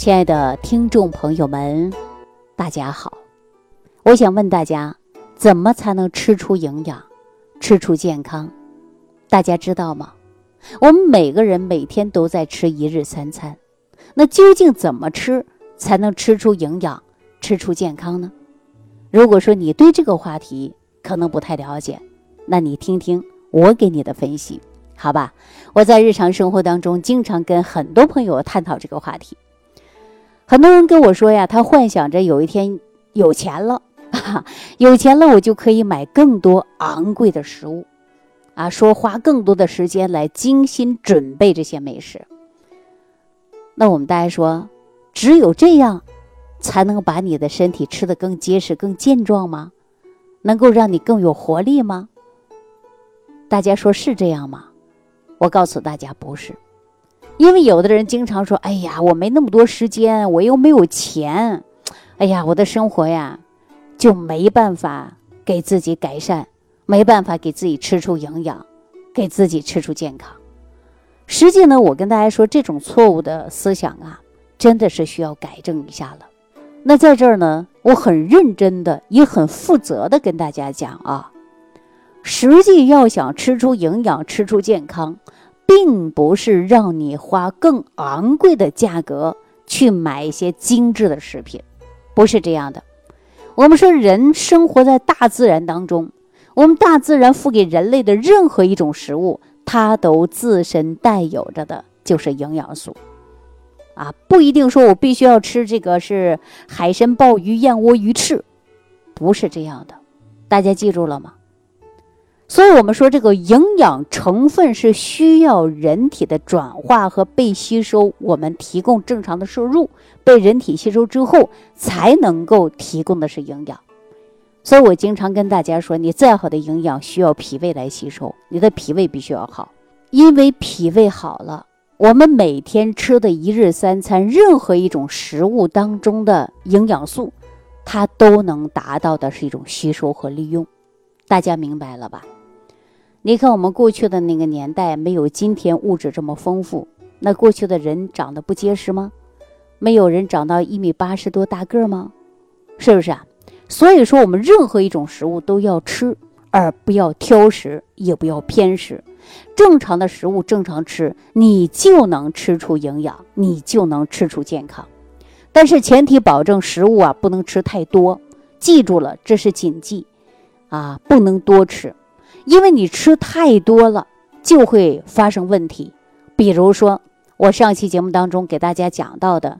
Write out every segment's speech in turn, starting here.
亲爱的听众朋友们，大家好。我想问大家，怎么才能吃出营养，吃出健康？大家知道吗？我们每个人每天都在吃一日三餐，那究竟怎么吃才能吃出营养，吃出健康呢？如果说你对这个话题可能不太了解，那你听听我给你的分析，好吧？我在日常生活当中经常跟很多朋友探讨这个话题。很多人跟我说呀，他幻想着有一天有钱了，有钱了我就可以买更多昂贵的食物啊，说花更多的时间来精心准备这些美食。那我们大家说，只有这样才能把你的身体吃得更结实更健壮吗？能够让你更有活力吗？大家说是这样吗？我告诉大家不是。因为有的人经常说，哎呀，我没那么多时间，我又没有钱，哎呀，我的生活呀就没办法给自己改善，没办法给自己吃出营养，给自己吃出健康。实际呢，我跟大家说，这种错误的思想啊，真的是需要改正一下了。那在这儿呢，我很认真的也很负责的跟大家讲啊，实际要想吃出营养，吃出健康，并不是让你花更昂贵的价格去买一些精致的食品，不是这样的。我们说人生活在大自然当中，我们大自然赋给人类的任何一种食物，它都自身带有着的就是营养素啊，不一定说我必须要吃这个是海参、鲍鱼、燕窝、鱼翅，不是这样的，大家记住了吗？所以我们说这个营养成分是需要人体的转化和被吸收，我们提供正常的摄入，被人体吸收之后才能够提供的是营养。所以我经常跟大家说，你再好的营养需要脾胃来吸收，你的脾胃必须要好，因为脾胃好了，我们每天吃的一日三餐，任何一种食物当中的营养素，它都能达到的是一种吸收和利用。大家明白了吧？你看我们过去的那个年代没有今天物质这么丰富，那过去的人长得不结实吗？没有人长到1.80米多大个吗？是不是啊？所以说我们任何一种食物都要吃，而不要挑食，也不要偏食。正常的食物正常吃，你就能吃出营养，你就能吃出健康。但是前提保证食物啊不能吃太多，记住了，这是禁忌啊，不能多吃。因为你吃太多了就会发生问题。比如说我上期节目当中给大家讲到的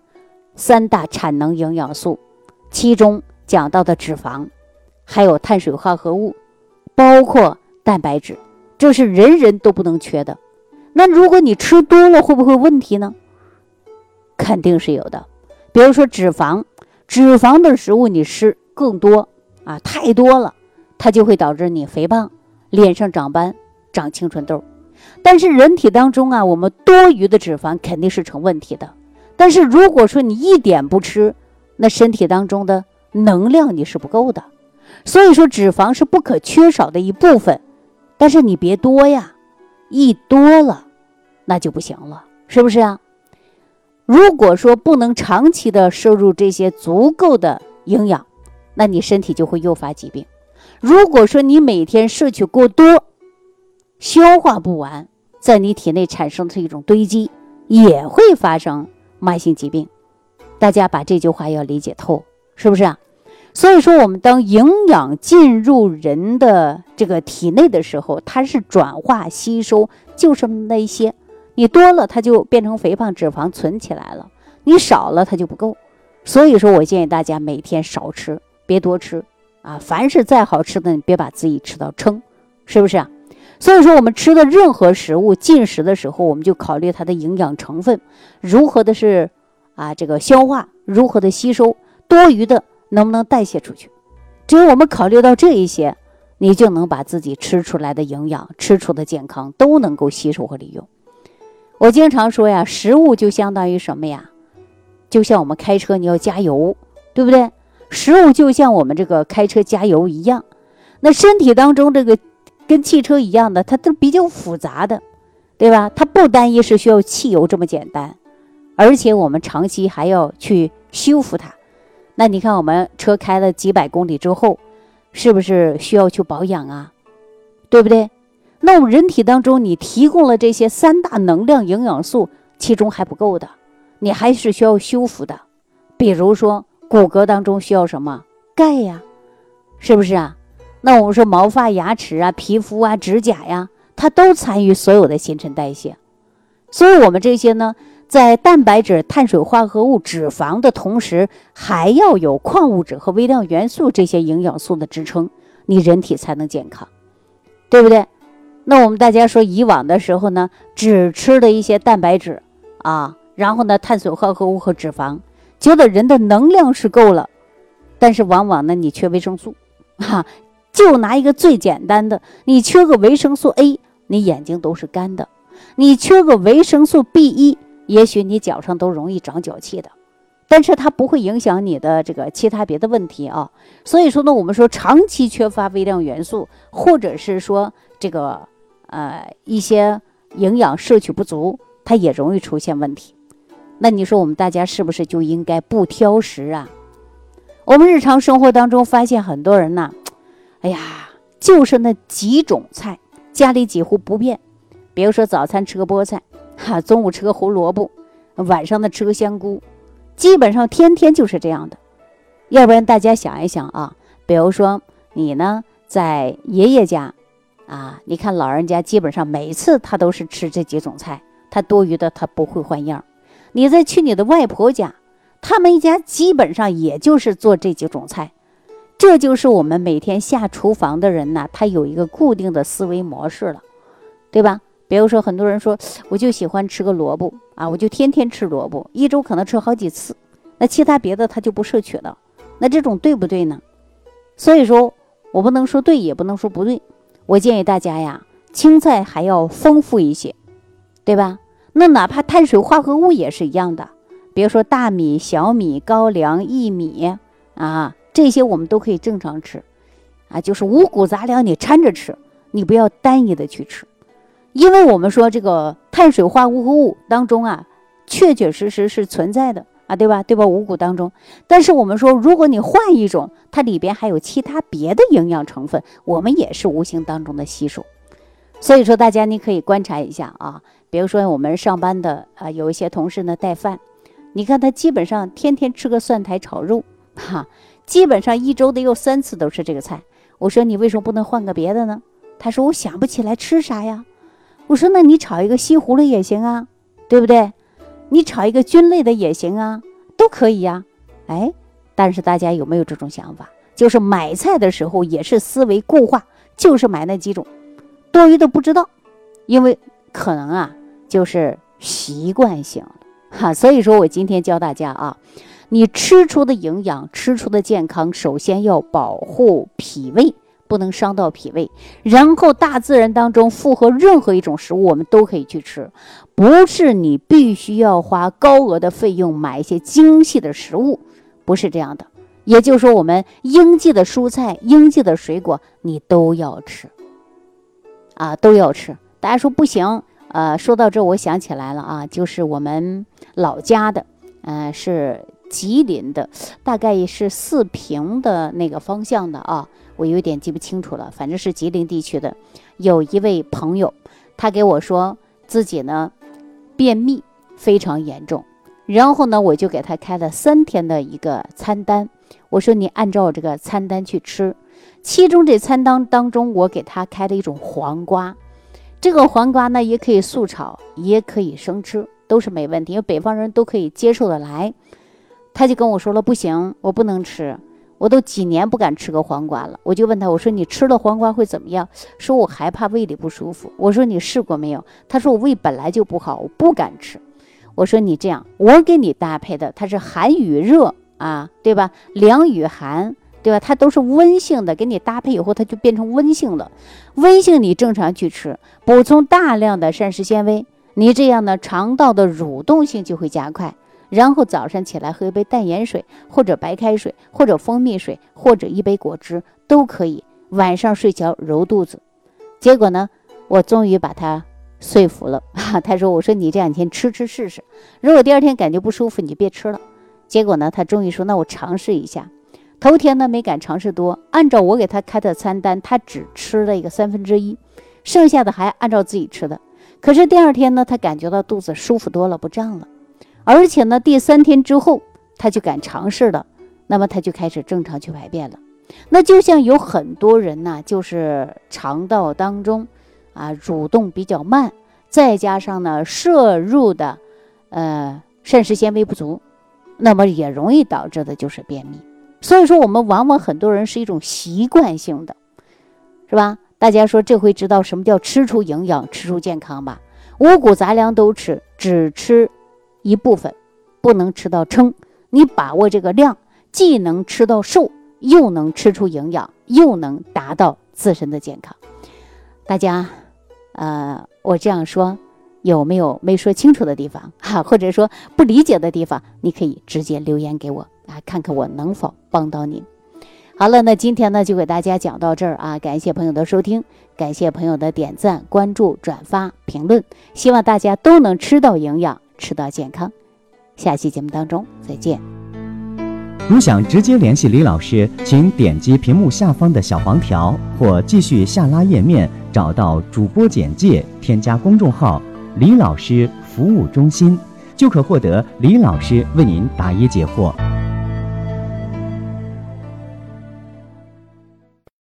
3大产能营养素，其中讲到的脂肪，还有碳水化合物，包括蛋白质，这是人人都不能缺的。那如果你吃多了会不会问题呢？肯定是有的。比如说脂肪的食物你吃更多啊，太多了，它就会导致你肥胖，脸上长斑，长青春痘。但是人体当中啊，我们多余的脂肪肯定是成问题的。但是如果说你一点不吃，那身体当中的能量你是不够的。所以说脂肪是不可缺少的一部分，但是你别多呀，一多了那就不行了，是不是啊？如果说不能长期的摄入这些足够的营养，那你身体就会诱发疾病。如果说你每天摄取过多，消化不完，在你体内产生的一种堆积，也会发生慢性疾病。大家把这句话要理解透，是不是啊？所以说我们当营养进入人的这个体内的时候，它是转化吸收，就是那一些，你多了它就变成肥胖脂肪存起来了，你少了它就不够。所以说我建议大家每天少吃，别多吃啊，凡是再好吃的你别把自己吃到撑，是不是啊？所以说我们吃的任何食物进食的时候，我们就考虑它的营养成分如何的是这个消化，如何的吸收，多余的能不能代谢出去。只有我们考虑到这一些，你就能把自己吃出来的营养，吃出的健康都能够吸收和利用。我经常说呀，食物就相当于什么呀？就像我们开车你要加油，对不对？食物就像我们这个开车加油一样。那身体当中这个跟汽车一样的，它都比较复杂的，对吧？它不单一是需要汽油这么简单而且我们长期还要去修复它。那你看我们车开了几百公里之后，是不是需要去保养啊？对不对？那我们人体当中你提供了这些3大能量营养素，其中还不够的，你还是需要修复的。比如说骨骼当中需要什么？钙呀，是不是啊？那我们说毛发、牙齿啊、皮肤啊、指甲呀，它都参与所有的新陈代谢。所以我们这些呢，在蛋白质、碳水化合物、脂肪的同时，还要有矿物质和微量元素这些营养素的支撑，你人体才能健康，对不对？那我们大家说以往的时候呢，只吃了一些蛋白质啊，然后呢碳水化合物和脂肪，觉得人的能量是够了，但是往往呢你缺维生素就拿一个最简单的，你缺个维生素 A， 你眼睛都是干的；你缺个维生素 B1， 也许你脚上都容易长脚气的，但是它不会影响你的这个其他别的问题啊。所以说呢，我们说长期缺乏微量元素，或者是说这个一些营养摄取不足，它也容易出现问题。那你说我们大家是不是就应该不挑食啊？我们日常生活当中发现很多人呢，哎呀，就是那几种菜家里几乎不变。比如说早餐吃个菠菜，中午吃个胡萝卜，晚上呢吃个香菇，基本上天天就是这样的。要不然大家想一想啊，比如说你呢在爷爷家啊，你看老人家基本上每次他都是吃这几种菜，他多余的他不会换样。你再去你的外婆家，他们一家基本上也就是做这几种菜。这就是我们每天下厨房的人呢，他有一个固定的思维模式了，对吧？比如说很多人说我就喜欢吃个萝卜啊，我就天天吃萝卜，一周可能吃好几次，那其他别的他就不摄取了，那这种对不对呢？所以说我不能说对，也不能说不对，我建议大家呀，青菜还要丰富一些，对吧？那哪怕碳水化合物也是一样的，比如说大米、小米、高粱、薏米啊，这些我们都可以正常吃啊，就是五谷杂粮你掺着吃，你不要单一的去吃。因为我们说这个碳水化合物当中啊，确确实实是存在的啊，对吧？五谷当中，但是我们说如果你换一种，它里边还有其他别的营养成分，我们也是无形当中的吸收。所以说大家你可以观察一下啊，比如说我们上班的有一些同事呢带饭，你看他基本上天天吃个蒜苔炒肉基本上一周得有3次都是这个菜。我说你为什么不能换个别的呢？他说我想不起来吃啥呀。我说那你炒一个西葫芦也行啊，对不对？你炒一个菌类的也行啊，都可以呀。但是大家有没有这种想法，就是买菜的时候也是思维固化，就是买那几种，多余的不知道，因为可能就是习惯性了所以说我今天教大家你吃出的营养，吃出的健康，首先要保护脾胃，不能伤到脾胃，然后大自然当中复合任何一种食物我们都可以去吃，不是你必须要花高额的费用买一些精细的食物，不是这样的。也就是说我们应季的蔬菜，应季的水果你都要吃都要吃。大家说不行说到这我想起来了就是我们老家的是吉林的，大概是4平的那个方向的我有点记不清楚了，反正是吉林地区的。有一位朋友，他给我说自己呢便秘非常严重，然后呢我就给他开了3天的一个餐单，我说你按照这个餐单去吃。其中这餐单当中我给他开了一种黄瓜，这个黄瓜呢也可以素炒，也可以生吃，都是没问题，因为北方人都可以接受得来。他就跟我说了不行，我不能吃，我都几年不敢吃个黄瓜了。我就问他，我说你吃了黄瓜会怎么样？说我害怕胃里不舒服。我说你试过没有？他说我胃本来就不好，我不敢吃。我说你这样，我给你搭配的它是寒与热对吧？凉与寒，对吧？它都是温性的，给你搭配以后它就变成温性了。温性你正常去吃，补充大量的膳食纤维，你这样呢肠道的蠕动性就会加快，然后早上起来喝一杯淡盐水，或者白开水，或者蜂蜜水，或者一杯果汁都可以。晚上睡觉揉肚子。结果呢我终于把它说服了他说，我说你这2天吃试试，如果第2天感觉不舒服，你就别吃了。结果呢，他终于说，那我尝试一下。头天呢没敢尝试多，按照我给他开的餐单，他只吃了一个1/3，剩下的还按照自己吃的。可是第2天呢，他感觉到肚子舒服多了，不胀了，而且呢第3天之后他就敢尝试了，那么他就开始正常去排便了。那就像有很多人呢，就是肠道当中蠕动比较慢，再加上呢摄入的膳食纤维不足，那么也容易导致的就是便秘。所以说我们往往很多人是一种习惯性的，是吧？大家说这回知道什么叫吃出营养，吃出健康吧？五谷杂粮都吃，只吃一部分，不能吃到撑。你把握这个量，既能吃到瘦，又能吃出营养，又能达到自身的健康。大家我这样说有没有没说清楚的地方或者说不理解的地方，你可以直接留言给我看看我能否帮到您。好了，那今天呢就给大家讲到这儿感谢朋友的收听，感谢朋友的点赞、关注、转发、评论，希望大家都能吃到营养，吃到健康。下期节目当中再见。 如想直接联系李老师，请点击屏幕下方的小黄条，或继续下拉页面找到主播简介，添加公众号李老师服务中心，就可获得李老师为您答疑解惑。